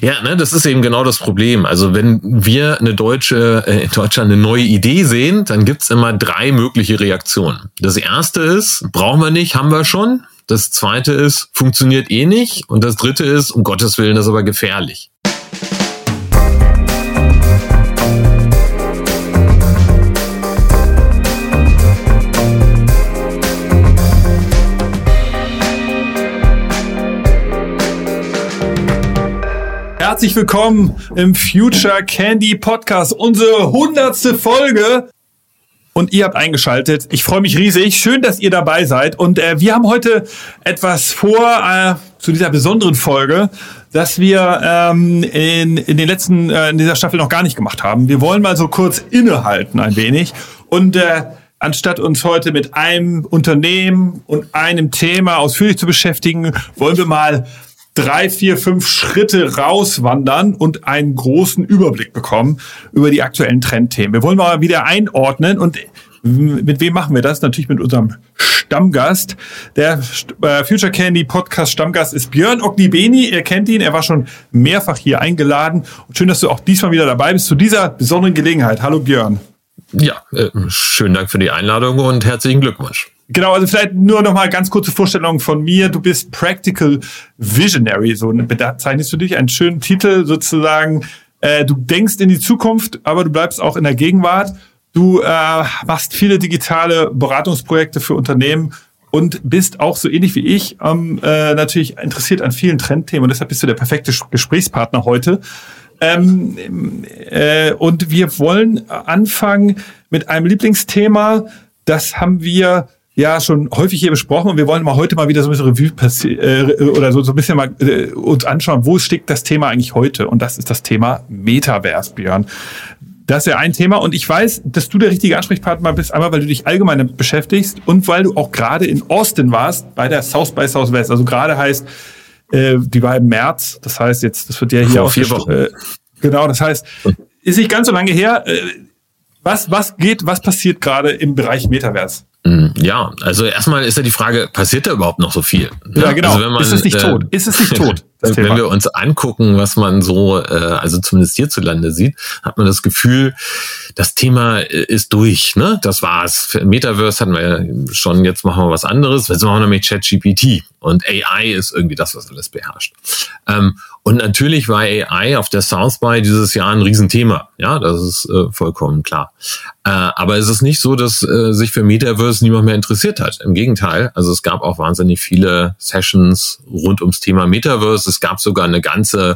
Ja, ne, das ist eben genau das Problem. Also wenn wir in Deutschland eine neue Idee sehen, dann gibt's immer 3 mögliche Reaktionen. Das erste ist, brauchen wir nicht, haben wir schon. Das zweite ist, funktioniert eh nicht. Und das dritte ist, um Gottes Willen, das ist aber gefährlich. Herzlich willkommen im Future Candy Podcast, unsere 100. Folge. Und ihr habt eingeschaltet. Ich freue mich riesig. Schön, dass ihr dabei seid. Und wir haben heute etwas vor zu dieser besonderen Folge, das wir in dieser Staffel noch gar nicht gemacht haben. Wir wollen mal so kurz innehalten ein wenig. Und anstatt uns heute mit einem Unternehmen und einem Thema ausführlich zu beschäftigen, wollen wir mal 3, 4, 5 Schritte rauswandern und einen großen Überblick bekommen über die aktuellen Trendthemen. Wir wollen mal wieder einordnen und mit wem machen wir das? Natürlich mit unserem Stammgast. Der Future Candy Podcast Stammgast ist Björn Ognibeni. Ihr kennt ihn, er war schon mehrfach hier eingeladen. Und schön, dass du auch diesmal wieder dabei bist zu dieser besonderen Gelegenheit. Hallo Björn. Ja, schönen Dank für die Einladung und herzlichen Glückwunsch. Genau, also vielleicht nur noch mal ganz kurze Vorstellung von mir. Du bist Practical Visionary, so bezeichnest du dich, einen schönen Titel sozusagen. Du denkst in die Zukunft, aber du bleibst auch in der Gegenwart. Du machst viele digitale Beratungsprojekte für Unternehmen und bist auch so ähnlich wie ich natürlich interessiert an vielen Trendthemen und deshalb bist du der perfekte Gesprächspartner heute. Und wir wollen anfangen mit einem Lieblingsthema. Das haben wir ja schon häufig hier besprochen und wir wollen heute mal wieder so ein bisschen Revue oder so ein bisschen mal uns anschauen, wo steckt das Thema eigentlich heute? Und das ist das Thema Metaverse, Björn. Das ist ja ein Thema und ich weiß, dass du der richtige Ansprechpartner bist, einmal weil du dich allgemein damit beschäftigst und weil du auch gerade in Austin warst bei der South by Southwest. Also gerade heißt, die war im März, das heißt jetzt, das wird ja hier vor 4 Wochen. Genau, das heißt, ist nicht ganz so lange her. Was passiert gerade im Bereich Metaverse? Ja, also erstmal ist ja die Frage, passiert da überhaupt noch so viel? Ja, genau. Also wenn man, ist es nicht tot? Ist es nicht tot? Wenn wir uns angucken, was man so, also zumindest hierzulande sieht, hat man das Gefühl, das Thema ist durch, ne? Das war's. Für Metaverse hatten wir ja schon, jetzt machen wir was anderes. Jetzt machen wir nämlich ChatGPT. Und AI ist irgendwie das, was alles beherrscht. Und natürlich war AI auf der South by dieses Jahr ein Riesenthema. Ja, das ist vollkommen klar. Aber es ist nicht so, dass sich für Metaverse niemand mehr interessiert hat. Im Gegenteil, also es gab auch wahnsinnig viele Sessions rund ums Thema Metaverse. Es gab sogar eine ganze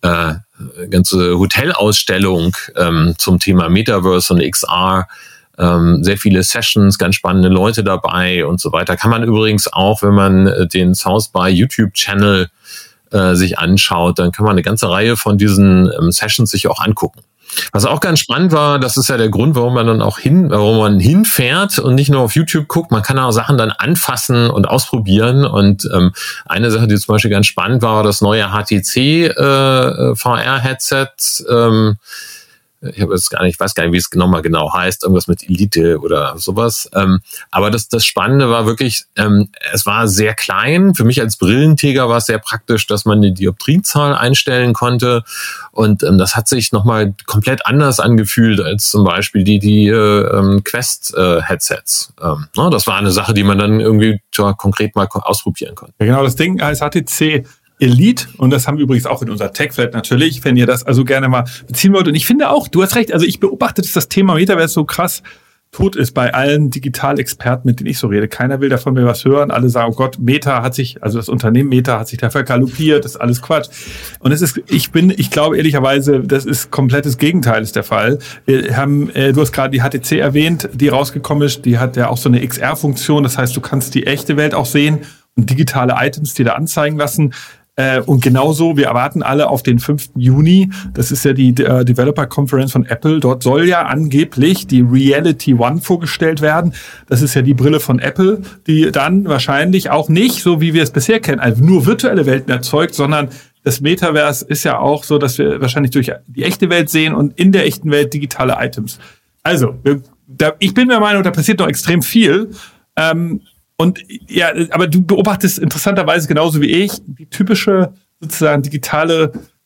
Hotelausstellung zum Thema Metaverse und XR. Sehr viele Sessions, ganz spannende Leute dabei und so weiter. Kann man übrigens auch, wenn man den South by YouTube-Channel sich anschaut, dann kann man eine ganze Reihe von diesen Sessions sich auch angucken. Was auch ganz spannend war, das ist ja der Grund, warum man hinfährt und nicht nur auf YouTube guckt. Man kann auch Sachen dann anfassen und ausprobieren. Und eine Sache, die zum Beispiel ganz spannend war, das neue HTC VR-Headset. Ich weiß gar nicht, wie es genau heißt, irgendwas mit Elite oder sowas. Aber das Spannende war wirklich, es war sehr klein. Für mich als Brillenträger war es sehr praktisch, dass man die Dioptrienzahl einstellen konnte. Und das hat sich nochmal komplett anders angefühlt als zum Beispiel die Quest-Headsets. Das war eine Sache, die man dann irgendwie konkret mal ausprobieren konnte. Ja, genau, das Ding heißt HTC Elite und das haben wir übrigens auch in unserer Tech-Flat natürlich, wenn ihr das also gerne mal beziehen wollt. Und ich finde auch, du hast recht, also ich beobachte, dass das Thema Metaverse so krass tot ist bei allen Digitalexperten, mit denen ich so rede. Keiner will davon mehr was hören. Alle sagen, oh Gott, das Unternehmen Meta hat sich da vergaloppiert, das ist alles Quatsch. Und ich glaube ehrlicherweise, das ist komplettes Gegenteil ist der Fall. Wir haben, du hast gerade die HTC erwähnt, die rausgekommen ist, die hat ja auch so eine XR-Funktion, das heißt, du kannst die echte Welt auch sehen und digitale Items dir da anzeigen lassen. Und genauso, wir erwarten alle auf den 5. Juni, das ist ja die Developer Conference von Apple, dort soll ja angeblich die Reality One vorgestellt werden. Das ist ja die Brille von Apple, die dann wahrscheinlich auch nicht, so wie wir es bisher kennen, also nur virtuelle Welten erzeugt, sondern das Metaverse ist ja auch so, dass wir wahrscheinlich durch die echte Welt sehen und in der echten Welt digitale Items. Also, ich bin der Meinung, da passiert noch extrem viel. Und ja, aber du beobachtest interessanterweise genauso wie ich die typische sozusagen digitale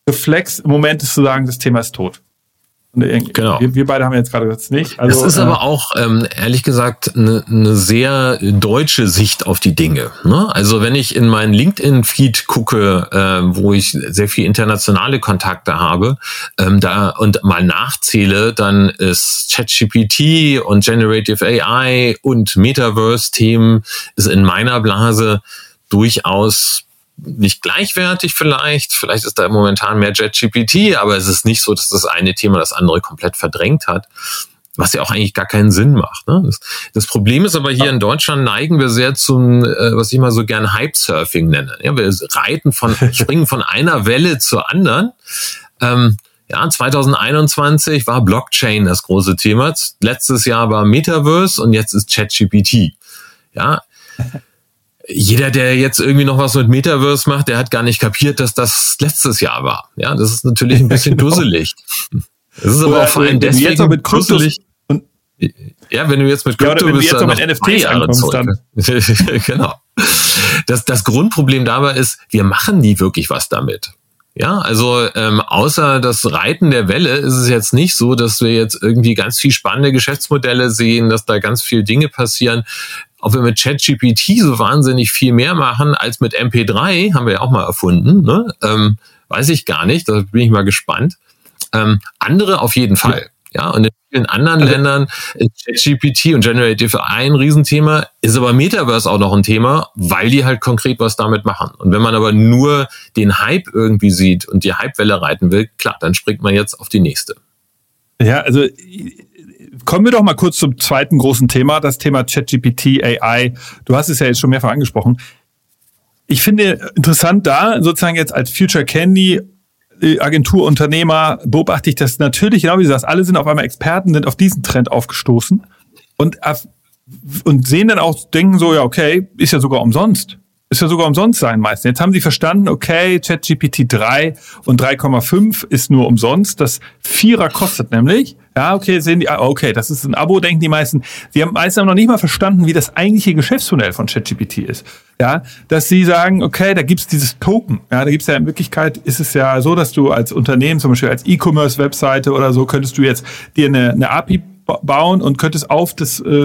Reflex im Moment ist zu sagen, das Thema ist tot. Genau. Wir beide haben jetzt gerade das nicht. Also, das ist aber auch, ehrlich gesagt, eine sehr deutsche Sicht auf die Dinge. Ne? Also wenn ich in meinen LinkedIn-Feed gucke, wo ich sehr viel internationale Kontakte habe, da und mal nachzähle, dann ist ChatGPT und Generative AI und Metaverse-Themen ist in meiner Blase durchaus nicht gleichwertig vielleicht ist da momentan mehr ChatGPT, aber es ist nicht so, dass das eine Thema das andere komplett verdrängt hat, was ja auch eigentlich gar keinen Sinn macht. Ne? Das Problem ist aber hier in Deutschland neigen wir sehr zum, was ich mal so gern Hype-Surfing nenne. Ja, wir springen von einer Welle zur anderen. 2021 war Blockchain das große Thema, letztes Jahr war Metaverse und jetzt ist ChatGPT. Ja. Jeder, der jetzt irgendwie noch was mit Metaverse macht, der hat gar nicht kapiert, dass das letztes Jahr war. Ja, das ist natürlich ein bisschen dusselig. Das ist aber auch vor allem deswegen jetzt mit dusselig. Ja, wenn du jetzt mit Krypto bist, ja mit NFTs ankommst dann. Genau. Das Grundproblem dabei ist, wir machen nie wirklich was damit. Ja, also außer das Reiten der Welle ist es jetzt nicht so, dass wir jetzt irgendwie ganz viel spannende Geschäftsmodelle sehen, dass da ganz viel Dinge passieren. Ob wir mit ChatGPT so wahnsinnig viel mehr machen als mit MP3, haben wir ja auch mal erfunden, ne? Weiß ich gar nicht, da bin ich mal gespannt. Andere auf jeden Fall. Ja, und in vielen anderen Ländern ist ChatGPT und Generative AI ein Riesenthema, ist aber Metaverse auch noch ein Thema, weil die halt konkret was damit machen. Und wenn man aber nur den Hype irgendwie sieht und die Hypewelle reiten will, klar, dann springt man jetzt auf die nächste. Ja, also kommen wir doch mal kurz zum zweiten großen Thema, das Thema ChatGPT, AI. Du hast es ja jetzt schon mehrfach angesprochen. Ich finde interessant da, sozusagen jetzt als Future Candy Agenturunternehmer beobachte ich das natürlich, genau wie du sagst, alle sind auf einmal Experten, sind auf diesen Trend aufgestoßen und sehen dann auch, denken so, ja okay, ist ja sogar umsonst sein meistens. Jetzt haben sie verstanden, okay, ChatGPT 3 und 3,5 ist nur umsonst, das 4er kostet nämlich. Ja, okay, sehen die, okay, das ist ein Abo, denken die meisten. Sie haben meistens noch nicht mal verstanden, wie das eigentliche Geschäftsmodell von ChatGPT ist. Ja, dass sie sagen, okay, da gibt's dieses Token. Ja, da gibt's ja in Wirklichkeit, ist es ja so, dass du als Unternehmen, zum Beispiel als E-Commerce-Webseite oder so, könntest du jetzt dir eine API bauen und könntest auf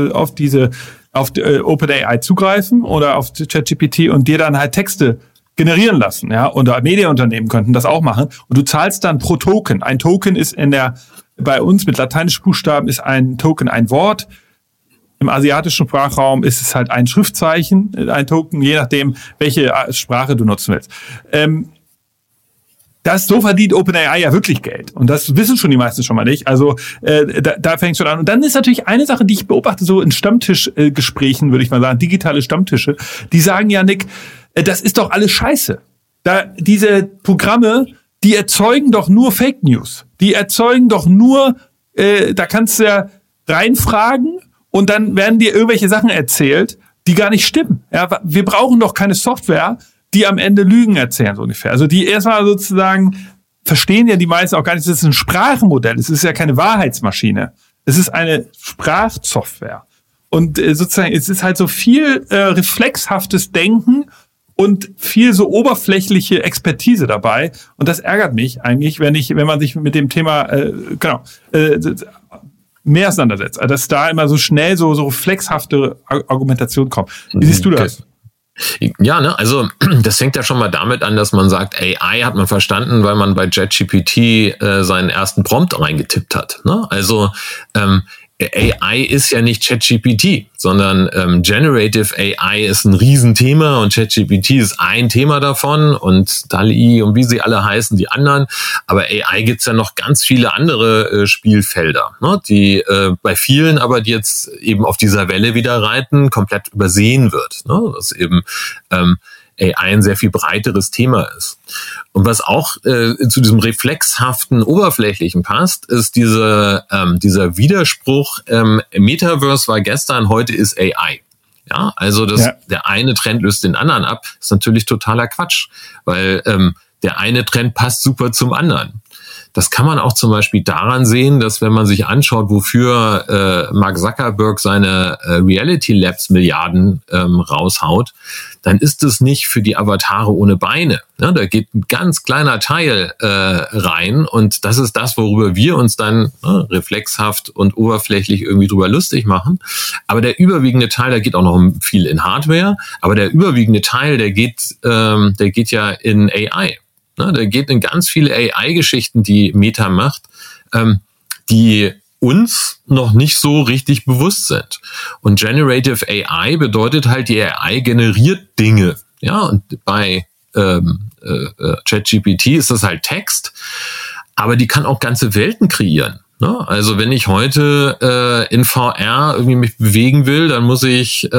OpenAI zugreifen oder auf ChatGPT und dir dann halt Texte generieren lassen, ja, oder Medienunternehmen könnten das auch machen und du zahlst dann pro Token. Ein Token ist bei uns mit lateinischen Buchstaben ist ein Token ein Wort. Im asiatischen Sprachraum ist es halt ein Schriftzeichen, ein Token, je nachdem, welche Sprache du nutzen willst. So verdient OpenAI ja wirklich Geld. Und das wissen schon die meisten schon mal nicht. Also da fängt es schon an. Und dann ist natürlich eine Sache, die ich beobachte, so in Stammtischgesprächen, würde ich mal sagen, digitale Stammtische, die sagen ja, Nick, das ist doch alles scheiße. Diese Programme, die erzeugen doch nur Fake News. Die erzeugen doch nur, da kannst du ja reinfragen und dann werden dir irgendwelche Sachen erzählt, die gar nicht stimmen. Ja, wir brauchen doch keine Software, die am Ende Lügen erzählen, so ungefähr. Also die erstmal sozusagen verstehen ja die meisten auch gar nicht, das ist ein Sprachmodell, es ist ja keine Wahrheitsmaschine. Es ist eine Sprachsoftware. Und sozusagen, es ist halt so viel reflexhaftes Denken und viel so oberflächliche Expertise dabei. Und das ärgert mich eigentlich, wenn man sich mit dem Thema mehr auseinandersetzt. Also dass da immer so schnell so reflexhafte Argumentation kommt. Wie siehst du das? Ja, ne, also das fängt ja schon mal damit an, dass man sagt, AI hat man verstanden, weil man bei ChatGPT seinen ersten Prompt reingetippt hat. Ne? Also AI ist ja nicht ChatGPT, sondern Generative AI ist ein Riesenthema und ChatGPT ist ein Thema davon und DALL-E und wie sie alle heißen, die anderen. Aber AI gibt's ja noch ganz viele andere Spielfelder, ne, die bei vielen aber, die jetzt eben auf dieser Welle wieder reiten, komplett übersehen wird. Ne? Dass eben AI ein sehr viel breiteres Thema ist. Und was auch zu diesem reflexhaften, oberflächlichen passt, ist dieser Widerspruch, Metaverse war gestern, heute ist AI. Ja, also der eine Trend löst den anderen ab, ist natürlich totaler Quatsch, weil der eine Trend passt super zum anderen. Das kann man auch zum Beispiel daran sehen, dass wenn man sich anschaut, wofür Mark Zuckerberg seine Reality Labs Milliarden raushaut, dann ist es nicht für die Avatare ohne Beine. Ja, da geht ein ganz kleiner Teil rein und das ist das, worüber wir uns dann reflexhaft und oberflächlich irgendwie drüber lustig machen. Aber der überwiegende Teil, da geht auch noch viel in Hardware, aber der überwiegende Teil, der geht ja in AI. Der geht in ganz viele AI-Geschichten, die Meta macht, die uns noch nicht so richtig bewusst sind. Und Generative AI bedeutet halt, die AI generiert Dinge. Ja, und bei ChatGPT ist das halt Text, aber die kann auch ganze Welten kreieren. Also wenn ich heute in VR irgendwie mich bewegen will, dann muss ich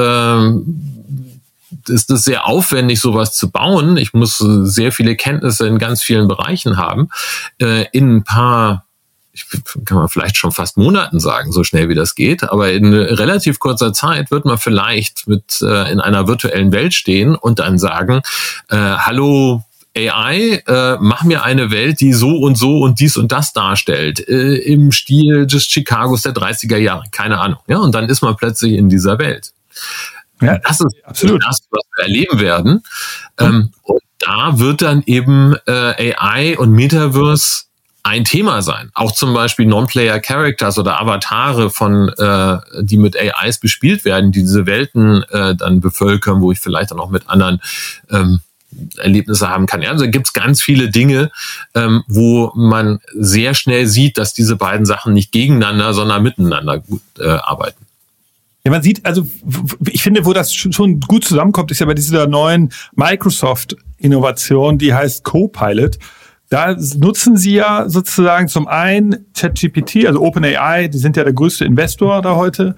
ist es sehr aufwendig, sowas zu bauen. Ich muss sehr viele Kenntnisse in ganz vielen Bereichen haben. In ein paar, kann man vielleicht schon fast Monaten sagen, so schnell wie das geht, aber in relativ kurzer Zeit wird man vielleicht in einer virtuellen Welt stehen und dann sagen, hallo AI, mach mir eine Welt, die so und dies und das darstellt, im Stil des Chicagos der 30er Jahre, keine Ahnung. Ja, und dann ist man plötzlich in dieser Welt. Ja, das ist absolut das, was wir erleben werden. Und da wird dann eben AI und Metaverse ein Thema sein. Auch zum Beispiel Non-Player-Characters oder Avatare die mit AIs bespielt werden, die diese Welten dann bevölkern, wo ich vielleicht dann auch mit anderen Erlebnisse haben kann. Ja, also gibt es ganz viele Dinge, wo man sehr schnell sieht, dass diese beiden Sachen nicht gegeneinander, sondern miteinander gut arbeiten. Ja, man sieht, also ich finde, wo das schon gut zusammenkommt, ist ja bei dieser neuen Microsoft-Innovation, die heißt Copilot. Da nutzen sie ja sozusagen zum einen ChatGPT, also OpenAI, die sind ja der größte Investor da heute,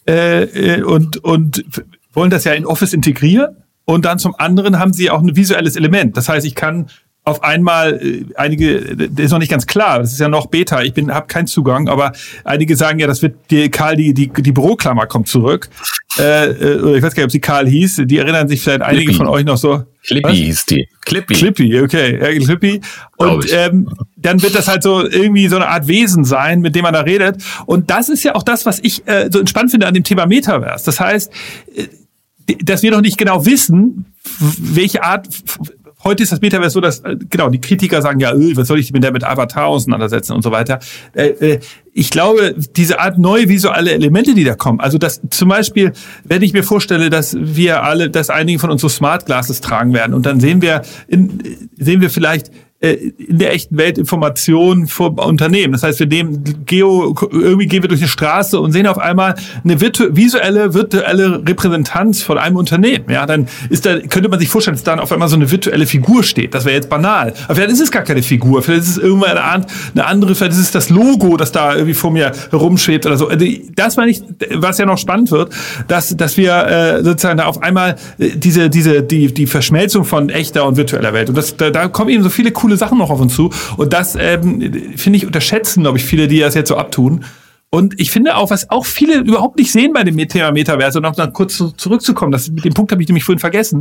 und wollen das ja in Office integrieren. Und dann zum anderen haben sie auch ein visuelles Element. Das heißt, ich kann auf einmal einige, das ist noch nicht ganz klar, das ist ja noch Beta, ich habe keinen Zugang, aber einige sagen ja, das wird die Büroklammer kommt zurück. Oder ich weiß gar nicht, ob sie Karl hieß, die erinnern sich vielleicht einige von euch noch so. Clippy hieß die. Clippy, okay. Ja, Clippy. Und dann wird das halt so irgendwie so eine Art Wesen sein, mit dem man da redet. Und das ist ja auch das, was ich so spannend finde an dem Thema Metaverse. Das heißt, dass wir noch nicht genau wissen, welche Art. Heute ist das Metaverse so, dass genau die Kritiker sagen, ja, was soll ich mit Avatar auseinandersetzen und so weiter. Ich glaube, diese Art neue visuelle Elemente, die da kommen, also das zum Beispiel, wenn ich mir vorstelle, dass einige von uns so Smart Glasses tragen werden und dann sehen wir vielleicht in der echten Welt Informationen vom Unternehmen. Das heißt, irgendwie gehen wir durch eine Straße und sehen auf einmal eine virtuelle Repräsentanz von einem Unternehmen. Ja, dann könnte man sich vorstellen, dass dann auf einmal so eine virtuelle Figur steht. Das wäre jetzt banal. Aber vielleicht ist es gar keine Figur. Vielleicht ist es irgendwann eine andere, vielleicht ist es das Logo, das da irgendwie vor mir herumschwebt oder so. Das meine ich, was ja noch spannend wird, dass wir sozusagen da auf einmal die Verschmelzung von echter und virtueller Welt. Und da kommen eben so viele coole Sachen noch auf uns zu. Und das, finde ich, unterschätzen, glaube ich, viele, die das jetzt so abtun. Und ich finde auch, was auch viele überhaupt nicht sehen bei dem Thema Metaverse, und auch dann kurz zurückzukommen, mit dem Punkt habe ich nämlich vorhin vergessen.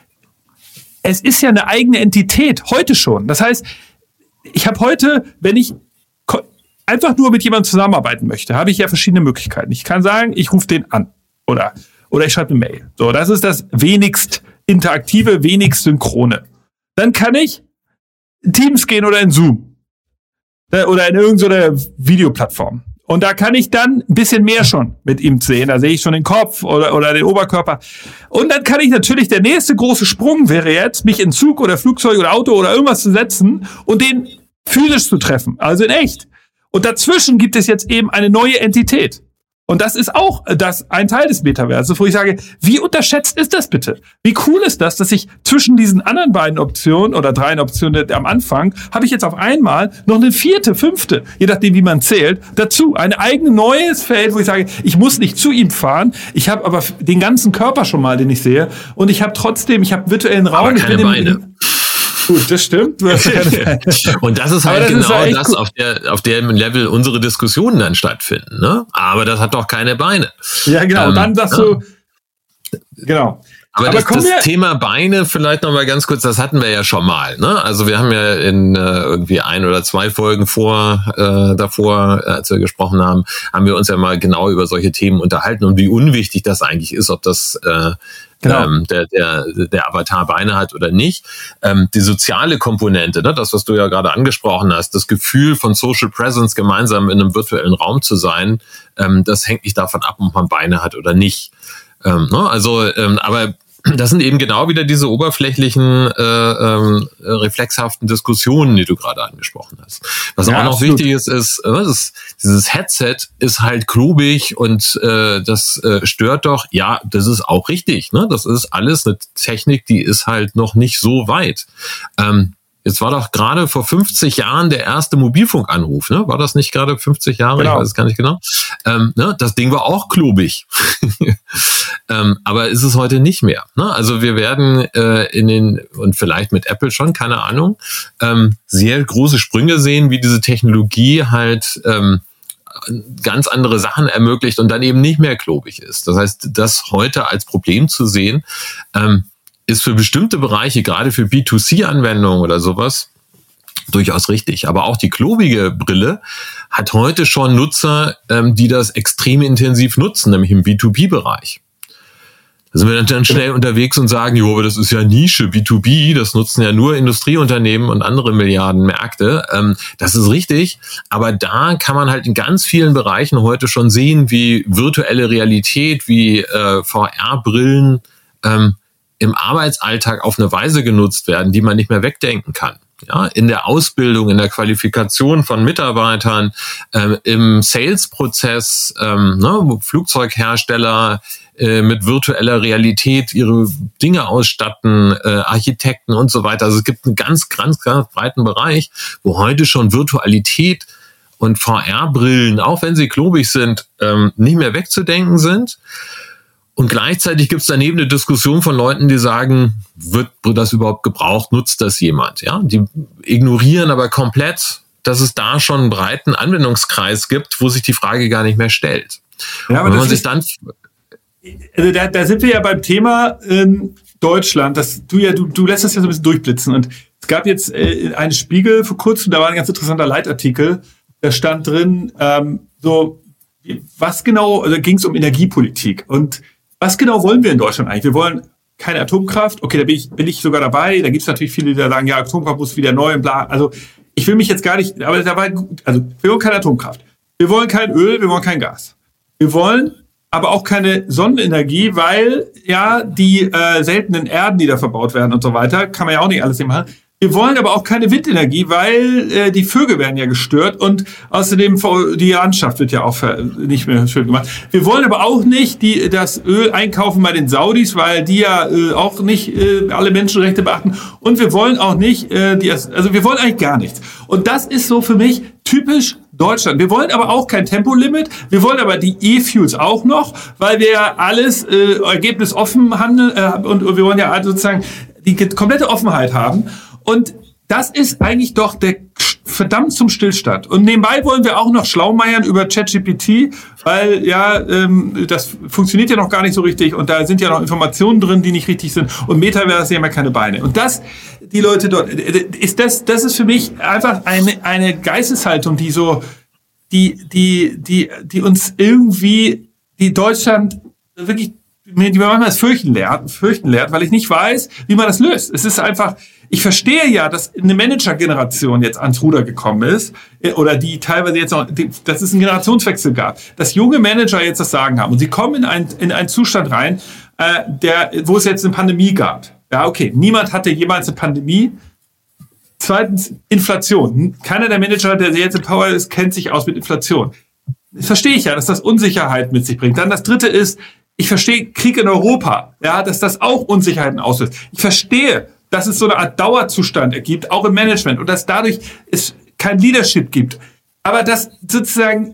Es ist ja eine eigene Entität, heute schon. Das heißt, ich habe heute, wenn ich einfach nur mit jemandem zusammenarbeiten möchte, habe ich ja verschiedene Möglichkeiten. Ich kann sagen, ich rufe den an oder ich schreibe eine Mail. So, das ist das wenigst interaktive, wenigst synchrone. Dann kann ich in Teams gehen oder in Zoom oder in irgendeiner Videoplattform. Und da kann ich dann ein bisschen mehr schon mit ihm sehen. Da sehe ich schon den Kopf oder den Oberkörper. Und dann kann ich natürlich, der nächste große Sprung wäre jetzt, mich in Zug oder Flugzeug oder Auto oder irgendwas zu setzen und den physisch zu treffen, also in echt. Und dazwischen gibt es jetzt eben eine neue Entität. Und das ist auch ein Teil des Metaverses, wo ich sage, wie unterschätzt ist das bitte? Wie cool ist das, dass ich zwischen diesen anderen beiden Optionen oder 3 Optionen am Anfang, habe ich jetzt auf einmal noch eine 4., 5., je nachdem wie man zählt, dazu. Ein eigenes neues Feld, wo ich sage, ich muss nicht zu ihm fahren, ich habe aber den ganzen Körper schon mal, den ich sehe, und ich habe virtuellen Raum. Aber keine Beine. Gut, das stimmt. Und das ist halt das auf dem Level unsere Diskussionen dann stattfinden. Ne? Aber das hat doch keine Beine. Ja, genau. Dann sagst du, genau. Aber das Thema Beine vielleicht noch mal ganz kurz, das hatten wir ja schon mal. Ne? Also wir haben ja in irgendwie 1 oder 2 Folgen davor, als wir gesprochen haben wir uns ja mal genau über solche Themen unterhalten und wie unwichtig das eigentlich ist, ob das der Avatar Beine hat oder nicht. Die soziale Komponente, ne? Das, was du ja gerade angesprochen hast, das Gefühl von Social Presence, gemeinsam in einem virtuellen Raum zu sein, das hängt nicht davon ab, ob man Beine hat oder nicht. Aber das sind eben genau wieder diese oberflächlichen, reflexhaften Diskussionen, die du gerade angesprochen hast. Was auch noch absolut wichtig ist, dieses Headset ist halt klobig und das stört doch. Ja, das ist auch richtig. Ne? Das ist alles eine Technik, die ist halt noch nicht so weit. Jetzt war doch gerade vor 50 Jahren der erste Mobilfunkanruf, ne? War das nicht gerade 50 Jahre? Genau. Ich weiß es gar nicht genau. Das Ding war auch klobig. Aber ist es heute nicht mehr. Ne? Also wir werden und vielleicht mit Apple schon, keine Ahnung, sehr große Sprünge sehen, wie diese Technologie halt ganz andere Sachen ermöglicht und dann eben nicht mehr klobig ist. Das heißt, das heute als Problem zu sehen, ist für bestimmte Bereiche, gerade für B2C-Anwendungen oder sowas, durchaus richtig. Aber auch die klobige Brille hat heute schon Nutzer, die das extrem intensiv nutzen, nämlich im B2B-Bereich. Da sind wir dann schnell unterwegs und sagen, jo, aber das ist ja Nische, B2B, das nutzen ja nur Industrieunternehmen und andere Milliardenmärkte. Das ist richtig, aber da kann man halt in ganz vielen Bereichen heute schon sehen, wie virtuelle Realität, wie VR-Brillen im Arbeitsalltag auf eine Weise genutzt werden, die man nicht mehr wegdenken kann. Ja, in der Ausbildung, in der Qualifikation von Mitarbeitern, im Sales-Prozess, wo Flugzeughersteller mit virtueller Realität ihre Dinge ausstatten, Architekten und so weiter. Also es gibt einen ganz, ganz, ganz breiten Bereich, wo heute schon Virtualität und VR-Brillen, auch wenn sie klobig sind, nicht mehr wegzudenken sind. Und gleichzeitig gibt es daneben eine Diskussion von Leuten, die sagen, wird das überhaupt gebraucht, nutzt das jemand? Ja, die ignorieren aber komplett, dass es da schon einen breiten Anwendungskreis gibt, wo sich die Frage gar nicht mehr stellt. Ja, aber da sind wir ja beim Thema Deutschland. Du lässt das ja so ein bisschen durchblitzen. Und es gab jetzt einen Spiegel vor kurzem, da war ein ganz interessanter Leitartikel, da stand drin, was genau, also ging es um Energiepolitik und was genau wollen wir in Deutschland eigentlich? Wir wollen keine Atomkraft. Okay, da bin ich sogar dabei. Da gibt es natürlich viele, die da sagen, ja, Atomkraft muss wieder neu und bla. Also ich will mich jetzt gar nicht, aber wir wollen keine Atomkraft. Wir wollen kein Öl, wir wollen kein Gas. Wir wollen aber auch keine Sonnenenergie, weil ja die seltenen Erden, die da verbaut werden und so weiter, kann man ja auch nicht alles machen. Wir wollen aber auch keine Windenergie, weil die Vögel werden ja gestört und außerdem die Landschaft wird ja auch nicht mehr schön gemacht. Wir wollen aber auch nicht das Öl einkaufen bei den Saudis, weil die ja auch nicht alle Menschenrechte beachten. Und wir wollen auch nicht, wir wollen eigentlich gar nichts. Und das ist so für mich typisch Deutschland. Wir wollen aber auch kein Tempolimit. Wir wollen aber die E-Fuels auch noch, weil wir ja alles ergebnisoffen handeln und wir wollen ja sozusagen die komplette Offenheit haben. Und das ist eigentlich doch der verdammt zum Stillstand. Und nebenbei wollen wir auch noch schlaumeiern über ChatGPT, weil das funktioniert ja noch gar nicht so richtig und da sind ja noch Informationen drin, die nicht richtig sind. Und Metaverse haben ja keine Beine. Und die Leute dort, das ist für mich einfach eine Geisteshaltung, die uns irgendwie, die Deutschland wirklich, die man manchmal das fürchten lernt, weil ich nicht weiß, wie man das löst. Es ist einfach, ich verstehe ja, dass eine Manager-Generation jetzt ans Ruder gekommen ist, oder die teilweise jetzt noch, dass es einen Generationswechsel gab, dass junge Manager jetzt das Sagen haben und sie kommen in einen Zustand rein, wo es jetzt eine Pandemie gab. Ja, okay, niemand hatte jemals eine Pandemie. Zweitens, Inflation. Keiner der Manager, der jetzt in Power ist, kennt sich aus mit Inflation. Das verstehe ich ja, dass das Unsicherheit mit sich bringt. Dann das Dritte ist, ich verstehe Krieg in Europa, ja, dass das auch Unsicherheiten auslöst. Ich verstehe, dass es so eine Art Dauerzustand ergibt, auch im Management, und dass dadurch es kein Leadership gibt. Aber das sozusagen,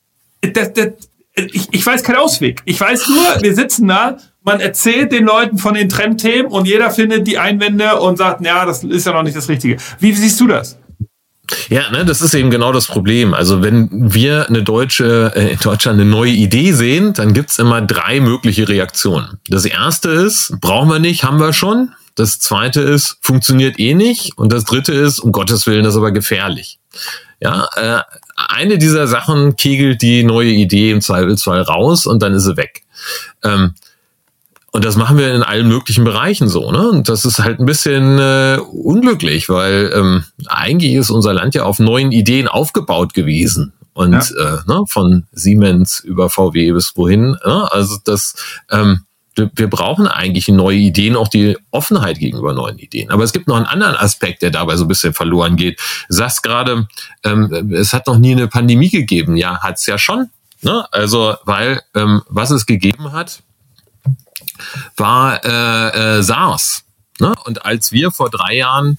ich weiß keinen Ausweg. Ich weiß nur, wir sitzen da, man erzählt den Leuten von den Trendthemen und jeder findet die Einwände und sagt, ja, das ist ja noch nicht das Richtige. Wie siehst du das? Ja, ne, das ist eben genau das Problem. Also wenn wir in Deutschland eine neue Idee sehen, dann gibt's immer 3 mögliche Reaktionen. Das erste ist, brauchen wir nicht, haben wir schon. Das zweite ist, funktioniert eh nicht. Und das dritte ist, um Gottes Willen, das ist aber gefährlich. Ja, eine dieser Sachen kegelt die neue Idee im Zweifelsfall raus und dann ist sie weg. Und das machen wir in allen möglichen Bereichen so, ne? Und das ist halt ein bisschen unglücklich, weil eigentlich ist unser Land ja auf neuen Ideen aufgebaut gewesen. Und von Siemens über VW bis wohin. Also das wir brauchen eigentlich neue Ideen, auch die Offenheit gegenüber neuen Ideen. Aber es gibt noch einen anderen Aspekt, der dabei so ein bisschen verloren geht. Du sagst gerade, es hat noch nie eine Pandemie gegeben. Ja, hat's ja schon. Ne? Also, weil was es gegeben hat, war SARS. Ne? Und als wir vor 3 Jahren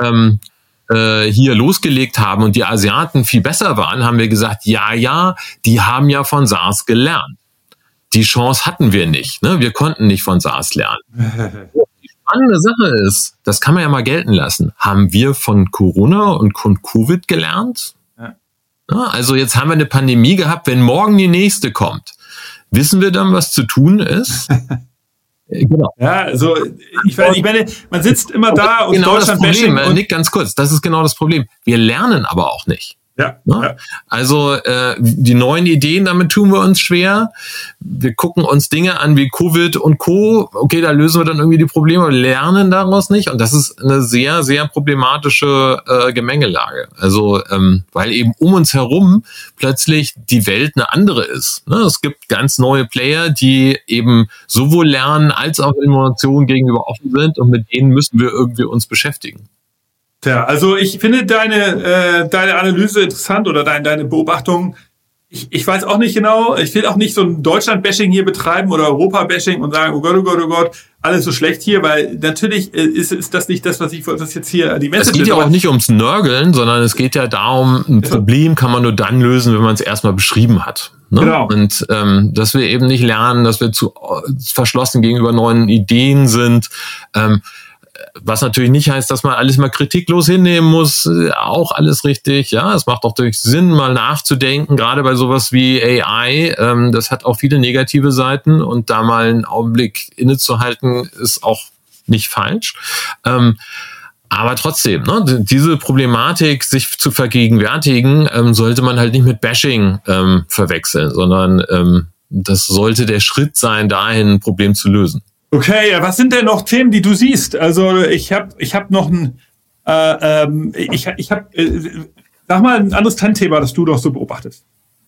hier losgelegt haben und die Asiaten viel besser waren, haben wir gesagt, ja, die haben ja von SARS gelernt. Die Chance hatten wir nicht. Ne? Wir konnten nicht von SARS lernen. Die spannende Sache ist, das kann man ja mal gelten lassen, haben wir von Corona und von Covid gelernt? Ja. Also jetzt haben wir eine Pandemie gehabt, wenn morgen die nächste kommt, wissen wir dann, was zu tun ist? Genau. Ja, also ich meine, man sitzt immer da und genau Deutschland das Problem, Nick, ganz kurz, das ist genau das Problem. Wir lernen aber auch nicht. Ja. Also die neuen Ideen, damit tun wir uns schwer. Wir gucken uns Dinge an wie Covid und Co. Okay, da lösen wir dann irgendwie die Probleme, aber lernen daraus nicht. Und das ist eine sehr, sehr problematische Gemengelage. Also weil eben um uns herum plötzlich die Welt eine andere ist. Ne? Es gibt ganz neue Player, die eben sowohl lernen als auch Innovation gegenüber offen sind und mit denen müssen wir irgendwie uns beschäftigen. Tja, also ich finde deine Analyse interessant oder deine Beobachtung. Ich weiß auch nicht genau, ich will auch nicht so ein Deutschland-Bashing hier betreiben oder Europa-Bashing und sagen, oh Gott, alles so schlecht hier, weil natürlich ist das nicht das, was jetzt hier die Message ist. Es geht ja auch nicht ums Nörgeln, sondern es geht ja darum, ein Problem kann man nur dann lösen, wenn man es erstmal beschrieben hat. Ne? Genau. Und dass wir eben nicht lernen, dass wir zu verschlossen gegenüber neuen Ideen sind, was natürlich nicht heißt, dass man alles mal kritiklos hinnehmen muss, auch alles richtig. Ja, es macht auch durch Sinn, mal nachzudenken, gerade bei sowas wie AI. Das hat auch viele negative Seiten und da mal einen Augenblick innezuhalten, ist auch nicht falsch. Aber trotzdem, ne, diese Problematik, sich zu vergegenwärtigen, sollte man halt nicht mit Bashing verwechseln, sondern das sollte der Schritt sein, dahin ein Problem zu lösen. Okay, was sind denn noch Themen, die du siehst? Also ich hab noch sag mal ein anderes Trendthema, das du doch so beobachtest.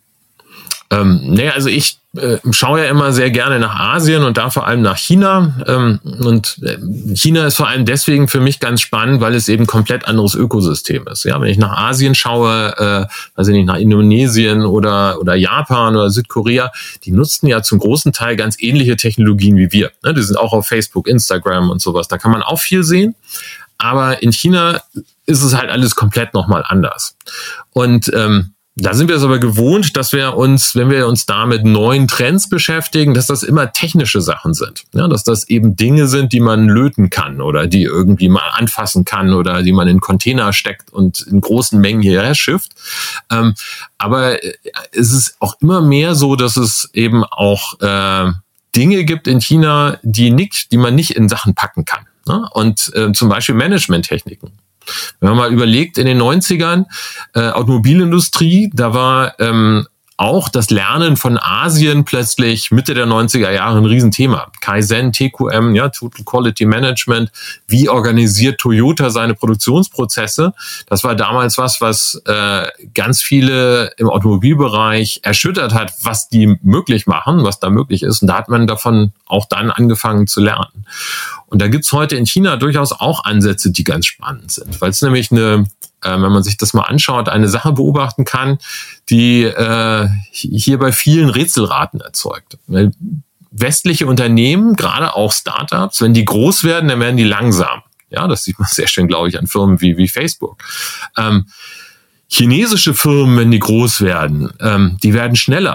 Also ich schaue ja immer sehr gerne nach Asien und da vor allem nach China. Und China ist vor allem deswegen für mich ganz spannend, weil es eben ein komplett anderes Ökosystem ist. Ja, wenn ich nach Asien schaue, nach Indonesien oder Japan oder Südkorea, die nutzen ja zum großen Teil ganz ähnliche Technologien wie wir. Die sind auch auf Facebook, Instagram und sowas. Da kann man auch viel sehen. Aber in China ist es halt alles komplett nochmal anders. Und da sind wir es aber gewohnt, dass wir uns, wenn wir uns da mit neuen Trends beschäftigen, dass das immer technische Sachen sind. Ja, dass das eben Dinge sind, die man löten kann oder die irgendwie mal anfassen kann oder die man in Container steckt und in großen Mengen hierher schifft. Aber es ist auch immer mehr so, dass es eben auch Dinge gibt in China, die man nicht in Sachen packen kann. Ne? Und zum Beispiel Managementtechniken. Wenn man mal überlegt, in den 90ern, Automobilindustrie, da war auch das Lernen von Asien plötzlich Mitte der 90er Jahre ein Riesenthema. Kaizen, TQM, ja, Total Quality Management. Wie organisiert Toyota seine Produktionsprozesse? Das war damals was ganz viele im Automobilbereich erschüttert hat, was die möglich machen, was da möglich ist. Und da hat man davon auch dann angefangen zu lernen. Und da gibt's heute in China durchaus auch Ansätze, die ganz spannend sind, weil es nämlich wenn man sich das mal anschaut, eine Sache beobachten kann, die hier bei vielen Rätselraten erzeugt. Weil westliche Unternehmen, gerade auch Startups, wenn die groß werden, dann werden die langsam. Ja, das sieht man sehr schön, glaube ich, an Firmen wie Facebook. Chinesische Firmen, wenn die groß werden, die werden schneller.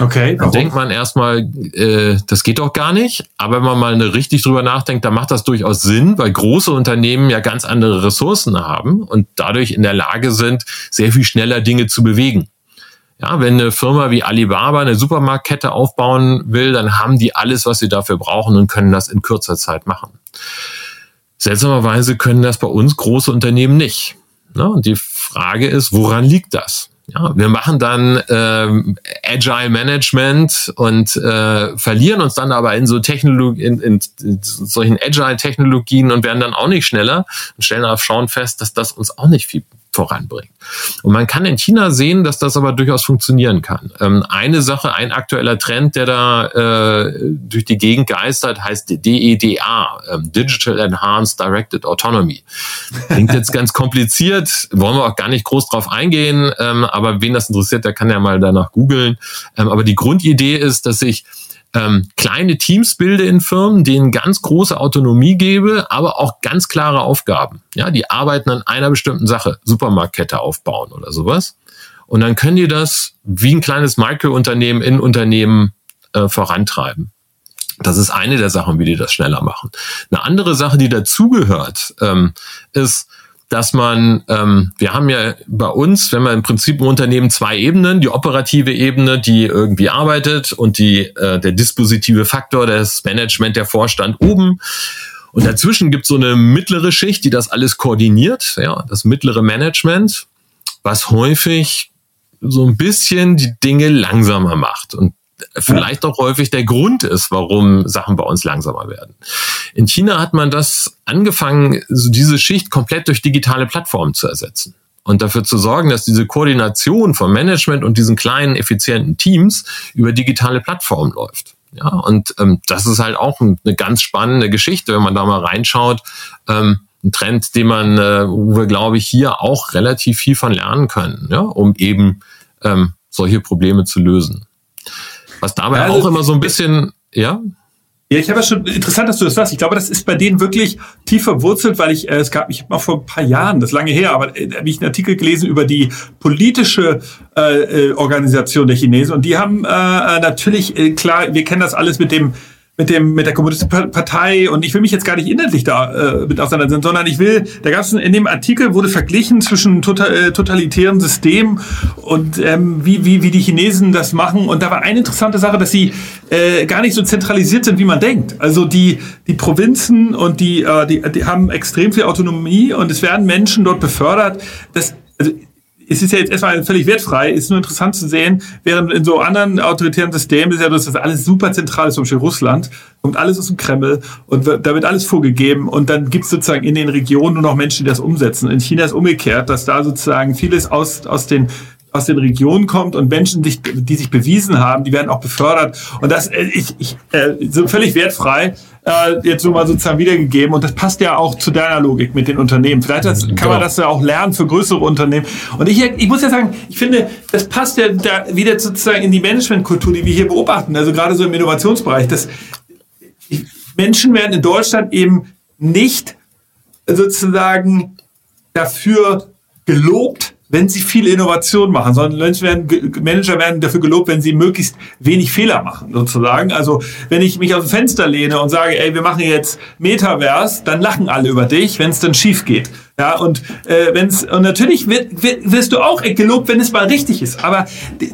Okay, dann denkt man erstmal, das geht doch gar nicht. Aber wenn man mal richtig drüber nachdenkt, dann macht das durchaus Sinn, weil große Unternehmen ja ganz andere Ressourcen haben und dadurch in der Lage sind, sehr viel schneller Dinge zu bewegen. Ja, wenn eine Firma wie Alibaba eine Supermarktkette aufbauen will, dann haben die alles, was sie dafür brauchen und können das in kürzer Zeit machen. Seltsamerweise können das bei uns große Unternehmen nicht. Und die Frage ist, woran liegt das? Ja, wir machen dann Agile Management und verlieren uns dann aber in so in solchen Agile-Technologien und werden dann auch nicht schneller und schauen fest, dass das uns auch nicht viel voranbringt. Und man kann in China sehen, dass das aber durchaus funktionieren kann. Eine Sache, ein aktueller Trend, der da durch die Gegend geistert, heißt DEDA, Digital Enhanced Directed Autonomy. Klingt jetzt ganz kompliziert, wollen wir auch gar nicht groß drauf eingehen, aber wen das interessiert, der kann ja mal danach googeln. Aber die Grundidee ist, dass ich kleine Teams bilde in Firmen, denen ganz große Autonomie gebe, aber auch ganz klare Aufgaben. Ja, die arbeiten an einer bestimmten Sache, Supermarktkette aufbauen oder sowas. Und dann können die das wie ein kleines Mikrounternehmen in Unternehmen vorantreiben. Das ist eine der Sachen, wie die das schneller machen. Eine andere Sache, die dazugehört, ist, dass man, wir haben ja bei uns, wenn man im Prinzip im Unternehmen zwei Ebenen, die operative Ebene, die irgendwie arbeitet und der dispositive Faktor, das Management, der Vorstand oben. Und dazwischen gibt es so eine mittlere Schicht, die das alles koordiniert, ja, das mittlere Management, was häufig so ein bisschen die Dinge langsamer macht und vielleicht auch häufig der Grund ist, warum Sachen bei uns langsamer werden. In China hat man das angefangen, so diese Schicht komplett durch digitale Plattformen zu ersetzen und dafür zu sorgen, dass diese Koordination vom Management und diesen kleinen, effizienten Teams über digitale Plattformen läuft. Ja, und das ist halt auch eine ganz spannende Geschichte, wenn man da mal reinschaut. Ein Trend, wo wir, glaube ich, hier auch relativ viel von lernen können, ja, um eben solche Probleme zu lösen. Was dabei auch immer so ein bisschen, ja? Ja, ich habe ja schon, interessant, dass du das sagst. Ich glaube, das ist bei denen wirklich tief verwurzelt, weil ich habe mal vor ein paar Jahren, das ist lange her, aber habe ich einen Artikel gelesen über die politische Organisation der Chinesen und die haben natürlich, klar, wir kennen das alles mit der Kommunistischen Partei und ich will mich jetzt gar nicht inhaltlich da mit auseinandersetzen, sondern da gab es in dem Artikel wurde verglichen zwischen totalitären Systemen und wie die Chinesen das machen und da war eine interessante Sache, dass sie gar nicht so zentralisiert sind, wie man denkt. Also die Provinzen und die haben extrem viel Autonomie und es werden Menschen dort befördert. Es ist ja jetzt erstmal völlig wertfrei, ist nur interessant zu sehen, während in so anderen autoritären Systemen ist ja das alles super zentral ist, zum Beispiel Russland, kommt alles aus dem Kreml und da wird alles vorgegeben und dann gibt es sozusagen in den Regionen nur noch Menschen, die das umsetzen. In China ist umgekehrt, dass da sozusagen vieles aus den Regionen kommt und Menschen, die sich bewiesen haben, die werden auch befördert und das so völlig wertfrei jetzt so mal sozusagen wiedergegeben und das passt ja auch zu deiner Logik mit den Unternehmen. Vielleicht kann man das ja auch lernen für größere Unternehmen und ich muss ja sagen, ich finde, das passt ja da wieder sozusagen in die Managementkultur, die wir hier beobachten, also gerade so im Innovationsbereich, dass Menschen werden in Deutschland eben nicht sozusagen dafür gelobt, wenn sie viel Innovation machen, sondern Manager werden dafür gelobt, wenn sie möglichst wenig Fehler machen, sozusagen. Also wenn ich mich aus dem Fenster lehne und sage, ey, wir machen jetzt Metaverse, dann lachen alle über dich, wenn es dann schief geht. Ja, und natürlich wirst du auch gelobt, wenn es mal richtig ist. Aber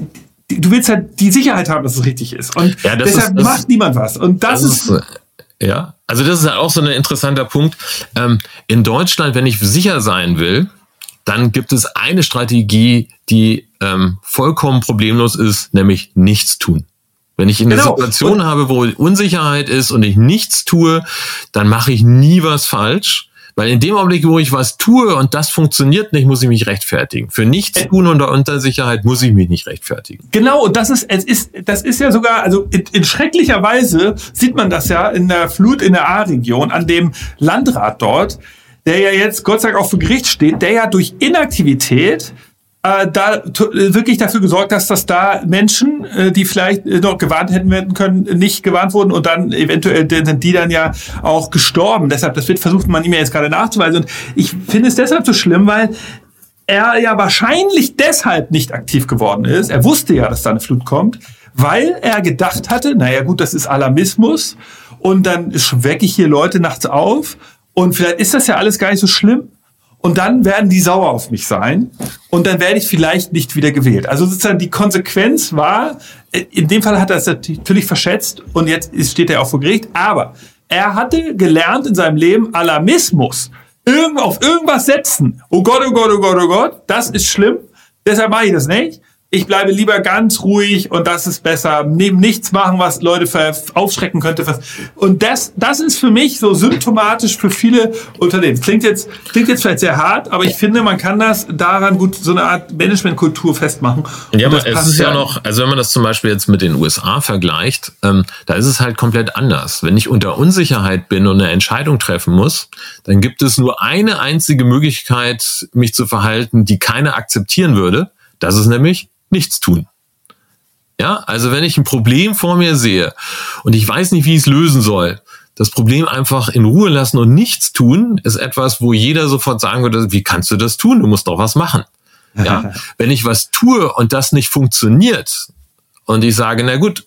du willst halt die Sicherheit haben, dass es richtig ist. Und ja, deshalb macht niemand was. Und das ist ja, also das ist halt auch so ein interessanter Punkt. In Deutschland, wenn ich sicher sein will, dann gibt es eine Strategie, die vollkommen problemlos ist, nämlich nichts tun. Wenn ich eine Situation habe, wo Unsicherheit ist und ich nichts tue, dann mache ich nie was falsch. Weil in dem Augenblick, wo ich was tue und das funktioniert nicht, muss ich mich rechtfertigen. Für nichts tun unter Unsicherheit muss ich mich nicht rechtfertigen. Genau, und das ist ja sogar, also in schrecklicher Weise sieht man das ja in der Flut in der A-Region an dem Landrat dort, der ja jetzt Gott sei Dank auch vor Gericht steht, der ja durch Inaktivität da wirklich dafür gesorgt, dass das da Menschen, die vielleicht noch gewarnt hätten werden können, nicht gewarnt wurden und dann eventuell sind die dann ja auch gestorben. Deshalb, das wird versucht man ihm ja jetzt gerade nachzuweisen. Und ich finde es deshalb so schlimm, weil er ja wahrscheinlich deshalb nicht aktiv geworden ist. Er wusste ja, dass da eine Flut kommt, weil er gedacht hatte, naja gut, das ist Alarmismus und dann wecke ich hier Leute nachts auf und vielleicht ist das ja alles gar nicht so schlimm und dann werden die sauer auf mich sein und dann werde ich vielleicht nicht wieder gewählt. Also sozusagen die Konsequenz war, in dem Fall hat er es natürlich verschätzt und jetzt steht er auch vor Gericht, aber er hatte gelernt in seinem Leben, Alarmismus, auf irgendwas setzen. Oh Gott, oh Gott, oh Gott, oh Gott, das ist schlimm, deshalb mache ich das nicht. Ich bleibe lieber ganz ruhig und das ist besser. Neben nichts machen, was Leute aufschrecken könnte. Und das ist für mich so symptomatisch für viele Unternehmen. Klingt jetzt vielleicht sehr hart, aber ich finde, man kann das daran gut so eine Art Managementkultur festmachen. Ja, aber es ist ja noch, also wenn man das zum Beispiel jetzt mit den USA vergleicht, da ist es halt komplett anders. Wenn ich unter Unsicherheit bin und eine Entscheidung treffen muss, dann gibt es nur eine einzige Möglichkeit, mich zu verhalten, die keiner akzeptieren würde. Das ist nämlich nichts tun. Ja, also wenn ich ein Problem vor mir sehe und ich weiß nicht, wie ich es lösen soll, das Problem einfach in Ruhe lassen und nichts tun, ist etwas, wo jeder sofort sagen würde, wie kannst du das tun? Du musst doch was machen. Ja, wenn ich was tue und das nicht funktioniert und ich sage, na gut,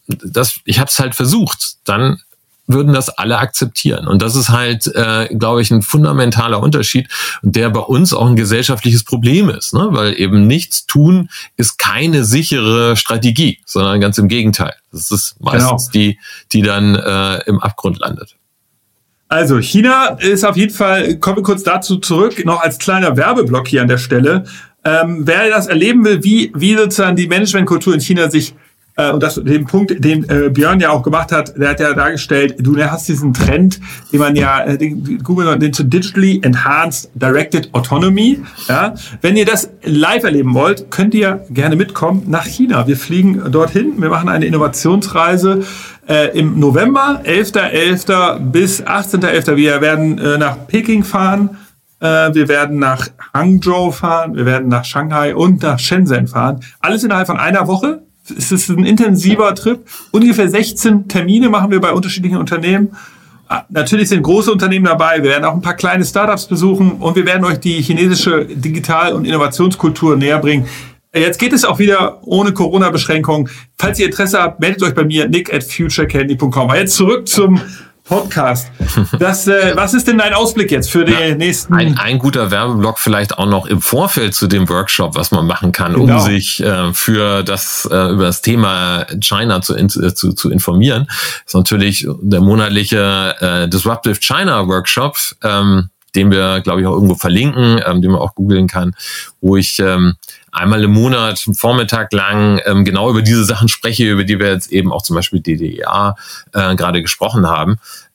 ich habe es halt versucht, dann würden das alle akzeptieren. Und das ist halt, glaube ich, ein fundamentaler Unterschied, der bei uns auch ein gesellschaftliches Problem ist, ne? Weil eben nichts tun ist keine sichere Strategie, sondern ganz im Gegenteil. Das ist meistens die dann im Abgrund landet. Also China ist auf jeden Fall, kommen wir kurz dazu zurück, noch als kleiner Werbeblock hier an der Stelle. Wer das erleben will, wie sozusagen die Managementkultur in China sich und den Punkt, den Björn ja auch gemacht hat, der hat ja dargestellt, du hast diesen Trend, den man ja, Google nennt so Digitally Enhanced Directed Autonomy. Ja? Wenn ihr das live erleben wollt, könnt ihr gerne mitkommen nach China. Wir fliegen dorthin, wir machen eine Innovationsreise im November, 11.11. bis 18.11. Wir werden nach Peking fahren, wir werden nach Hangzhou fahren, wir werden nach Shanghai und nach Shenzhen fahren. Alles innerhalb von einer Woche. Es ist ein intensiver Trip. Ungefähr 16 Termine machen wir bei unterschiedlichen Unternehmen. Natürlich sind große Unternehmen dabei. Wir werden auch ein paar kleine Startups besuchen und wir werden euch die chinesische Digital- und Innovationskultur näher bringen. Jetzt geht es auch wieder ohne Corona-Beschränkungen. Falls ihr Interesse habt, meldet euch bei mir, nick@futurecandy.com. Aber jetzt zurück zum Podcast. Was ist denn dein Ausblick jetzt für den nächsten? Ein guter Werbeblock vielleicht auch noch im Vorfeld zu dem Workshop, was man machen kann, um sich für über das Thema China zu informieren. Das ist natürlich der monatliche Disruptive China Workshop, den wir, glaube ich, auch irgendwo verlinken, den man auch googeln kann, wo ich einmal im Monat, Vormittag lang, genau über diese Sachen spreche, über die wir jetzt eben auch zum Beispiel DDA gerade gesprochen haben.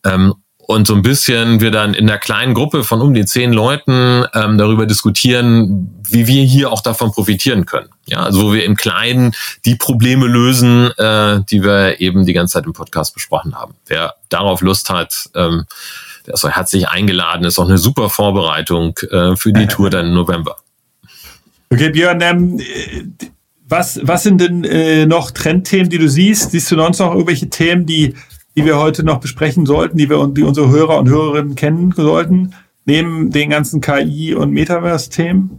Und so ein bisschen wir dann in der kleinen Gruppe von um die 10 Leuten darüber diskutieren, wie wir hier auch davon profitieren können. Ja, also wo wir im Kleinen die Probleme lösen, die wir eben die ganze Zeit im Podcast besprochen haben. Wer darauf Lust hat, der ist herzlich eingeladen, ist auch eine super Vorbereitung für die Tour dann im November. Okay, Björn, was sind denn noch Trendthemen, die du siehst? Siehst du sonst noch irgendwelche Themen, die wir heute noch besprechen sollten, die unsere Hörer und Hörerinnen kennen sollten, neben den ganzen KI- und Metaverse-Themen?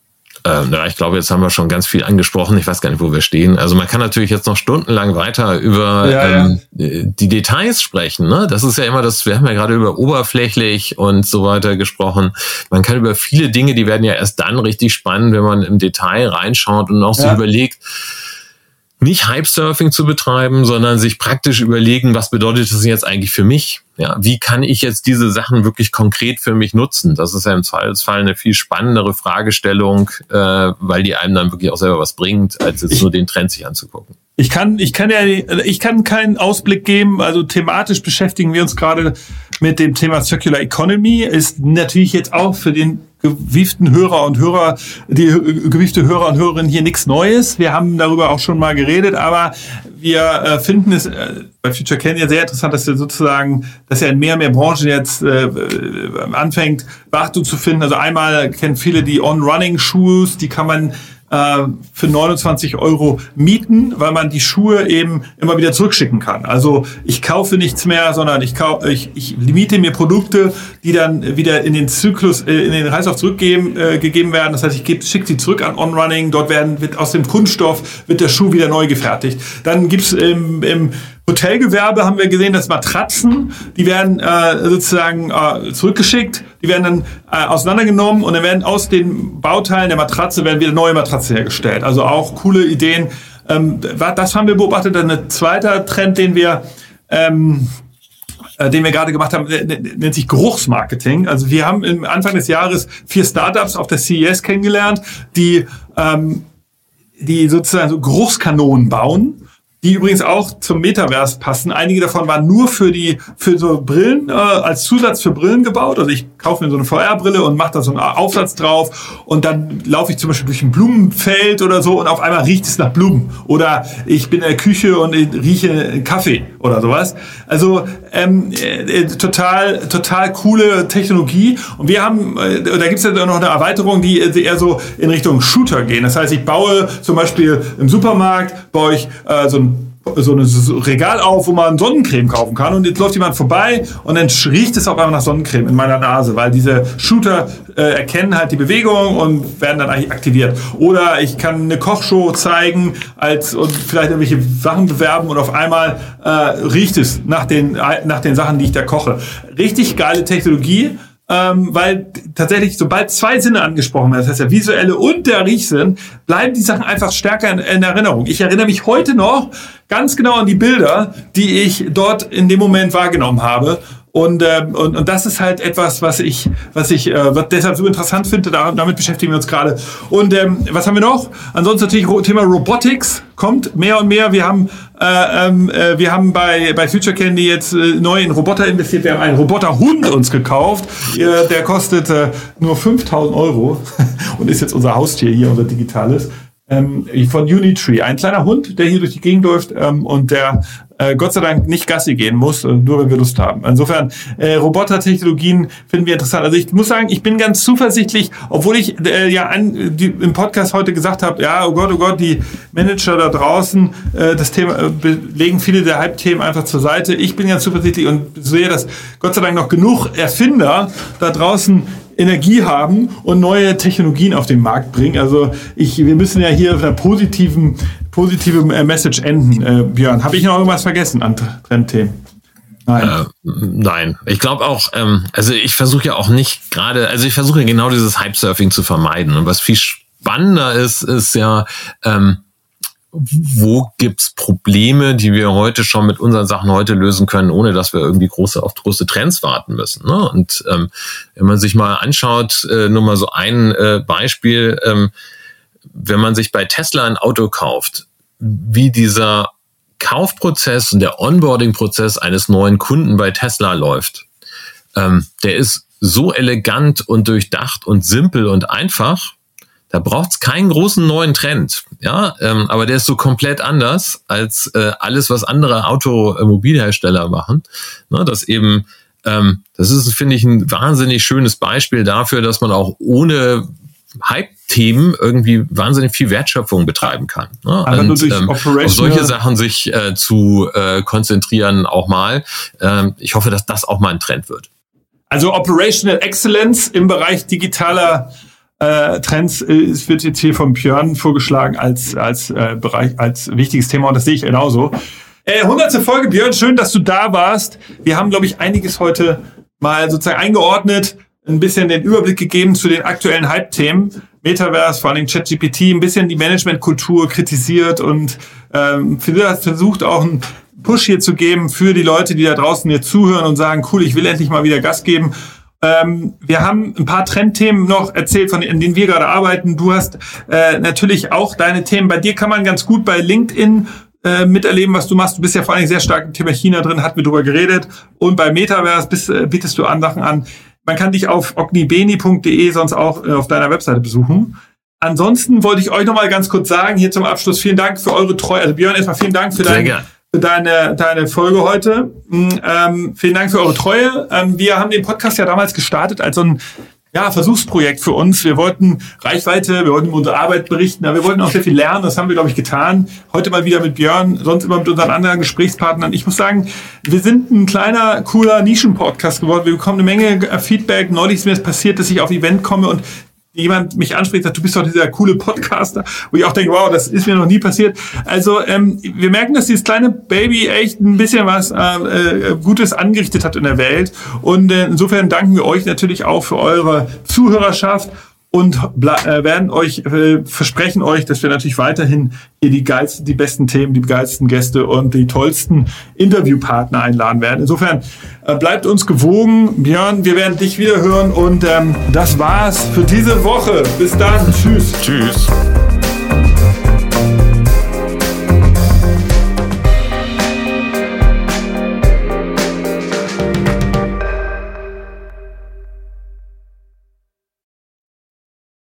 Ich glaube, jetzt haben wir schon ganz viel angesprochen. Ich weiß gar nicht, wo wir stehen. Also man kann natürlich jetzt noch stundenlang weiter über die Details sprechen. Ne? Das ist ja immer wir haben ja gerade über oberflächlich und so weiter gesprochen. Man kann über viele Dinge, die werden ja erst dann richtig spannend, wenn man im Detail reinschaut und auch sich überlegt, nicht Hype-Surfing zu betreiben, sondern sich praktisch überlegen, was bedeutet das jetzt eigentlich für mich? Ja, wie kann ich jetzt diese Sachen wirklich konkret für mich nutzen? Das ist ja im Zweifelsfall eine viel spannendere Fragestellung, weil die einem dann wirklich auch selber was bringt, als jetzt nur den Trend sich anzugucken. Ich kann keinen Ausblick geben. Also thematisch beschäftigen wir uns gerade mit dem Thema Circular Economy. Ist natürlich jetzt auch für den gewieften Hörer und Hörerinnen hier nichts Neues. Wir haben darüber auch schon mal geredet, aber wir finden es bei Future Candy sehr interessant, dass dass ja in mehr und mehr Branchen jetzt anfängt, Beachtung zu finden. Also einmal kennen viele die On-Running-Shoes, die kann man für 29 € mieten, weil man die Schuhe eben immer wieder zurückschicken kann. Also ich kaufe nichts mehr, sondern ich miete mir Produkte, die dann wieder in den Zyklus, in den Kreislauf gegeben werden. Das heißt, ich schicke sie zurück an OnRunning. Dort wird aus dem Kunststoff wird der Schuh wieder neu gefertigt. Dann gibt's im Hotelgewerbe haben wir gesehen, dass Matratzen, die werden sozusagen zurückgeschickt, die werden dann auseinandergenommen und dann werden aus den Bauteilen der Matratze werden wieder neue Matratzen hergestellt. Also auch coole Ideen. Das haben wir beobachtet. Dann ein zweiter Trend, den wir gerade gemacht haben, nennt sich Geruchsmarketing. Also wir haben am Anfang des Jahres 4 Startups auf der CES kennengelernt, die sozusagen so Geruchskanonen bauen, die übrigens auch zum Metaverse passen. Einige davon waren nur für so Brillen, als Zusatz für Brillen gebaut. Also ich kaufe mir so eine VR-Brille und mache da so einen Aufsatz drauf und dann laufe ich zum Beispiel durch ein Blumenfeld oder so und auf einmal riecht es nach Blumen. Oder ich bin in der Küche und rieche Kaffee oder sowas. Also total coole Technologie. Und wir haben, da gibt es ja noch eine Erweiterung, die eher so in Richtung Shooter gehen. Das heißt, ich baue zum Beispiel im Supermarkt, so ein Regal auf, wo man Sonnencreme kaufen kann und jetzt läuft jemand vorbei und dann riecht es auf einmal nach Sonnencreme in meiner Nase, weil diese Shooter erkennen halt die Bewegung und werden dann eigentlich aktiviert. Oder ich kann eine Kochshow zeigen und vielleicht irgendwelche Sachen bewerben und auf einmal riecht es nach den Sachen, die ich da koche. Richtig geile Technologie. Weil tatsächlich, sobald 2 Sinne angesprochen werden, das heißt der visuelle und der Riechsinn, bleiben die Sachen einfach stärker in Erinnerung. Ich erinnere mich heute noch ganz genau an die Bilder, die ich dort in dem Moment wahrgenommen habe. Und das ist halt etwas, was ich deshalb so interessant finde. Damit beschäftigen wir uns gerade. Und was haben wir noch? Ansonsten natürlich Thema Robotics kommt mehr und mehr. Wir haben bei Future Candy jetzt neu in Roboter investiert. Wir haben einen Roboterhund uns gekauft. Der kostet nur 5.000 € und ist jetzt unser Haustier hier, unser digitales. Von Unitree. Ein kleiner Hund, der hier durch die Gegend läuft und der Gott sei Dank nicht Gassi gehen muss, nur wenn wir Lust haben. Insofern, Robotertechnologien finden wir interessant. Also ich muss sagen, ich bin ganz zuversichtlich, obwohl ich im Podcast heute gesagt habe, ja, oh Gott, die Manager da draußen, das Thema legen viele der Hype-Themen einfach zur Seite. Ich bin ganz zuversichtlich und sehe, dass Gott sei Dank noch genug Erfinder da draußen Energie haben und neue Technologien auf den Markt bringen. Also wir müssen ja hier auf einer positive Message enden. Björn, habe ich noch irgendwas vergessen an Trendthemen? Nein. Nein. Ich glaube auch, also ich versuche ja auch nicht gerade, also ich versuche ja genau dieses Hype-Surfing zu vermeiden. Und was viel spannender ist ja, wo gibt's Probleme, die wir heute schon mit unseren Sachen heute lösen können, ohne dass wir irgendwie auf große Trends warten müssen. Ne? Und wenn man sich mal anschaut, nur mal so ein Beispiel, wenn man sich bei Tesla ein Auto kauft, wie dieser Kaufprozess und der Onboarding-Prozess eines neuen Kunden bei Tesla läuft, der ist so elegant und durchdacht und simpel und einfach. Da braucht's keinen großen neuen Trend, ja, aber der ist so komplett anders als alles, was andere Automobilhersteller machen. Ne, das eben, das ist, finde ich, ein wahnsinnig schönes Beispiel dafür, dass man auch ohne Hype-Themen irgendwie wahnsinnig viel Wertschöpfung betreiben kann. Ne? Aber nur durch auf solche Sachen sich zu konzentrieren auch mal. Ich hoffe, dass das auch mal ein Trend wird. Also Operational Excellence im Bereich digitaler Trends wird jetzt hier von Björn vorgeschlagen als Bereich, als wichtiges Thema und das sehe ich genauso. 100. Folge, Björn, schön, dass du da warst. Wir haben, glaube ich, einiges heute mal sozusagen eingeordnet, ein bisschen den Überblick gegeben zu den aktuellen Hype-Themen. Metaverse, vor allem ChatGPT, ein bisschen die Managementkultur kritisiert und versucht auch einen Push hier zu geben für die Leute, die da draußen hier zuhören und sagen, cool, ich will endlich mal wieder Gas geben. Wir haben ein paar Trendthemen noch erzählt, in denen wir gerade arbeiten. Du hast natürlich auch deine Themen. Bei dir kann man ganz gut bei LinkedIn miterleben, was du machst. Du bist ja vor allem sehr stark im Thema China drin, hatten wir drüber geredet. Und bei Metaverse bietest du Sachen an. Man kann dich auf ognibeni.de sonst auch auf deiner Webseite besuchen. Ansonsten wollte ich euch noch mal ganz kurz sagen, hier zum Abschluss, vielen Dank für eure Treue. Also Björn, erstmal vielen Dank für deine Folge heute. Vielen Dank für eure Treue. Wir haben den Podcast ja damals gestartet als so ein Versuchsprojekt für uns. Wir wollten Reichweite, wir wollten über unsere Arbeit berichten, aber wir wollten auch sehr viel lernen. Das haben wir, glaube ich, getan. Heute mal wieder mit Björn, sonst immer mit unseren anderen Gesprächspartnern. Ich muss sagen, wir sind ein kleiner, cooler Nischen-Podcast geworden. Wir bekommen eine Menge Feedback. Neulich ist mir das passiert, dass ich auf ein Event komme und jemand mich anspricht, sagt, du bist doch dieser coole Podcaster, wo ich auch denke, wow, das ist mir noch nie passiert. Also wir merken, dass dieses kleine Baby echt ein bisschen was Gutes angerichtet hat in der Welt. Und insofern danken wir euch natürlich auch für eure Zuhörerschaft und werden euch versprechen euch, dass wir natürlich weiterhin hier die besten Themen, die geilsten Gäste und die tollsten Interviewpartner einladen werden. Insofern bleibt uns gewogen. Björn, wir werden dich wieder hören und das war's für diese Woche. Bis dann. Tschüss. Tschüss.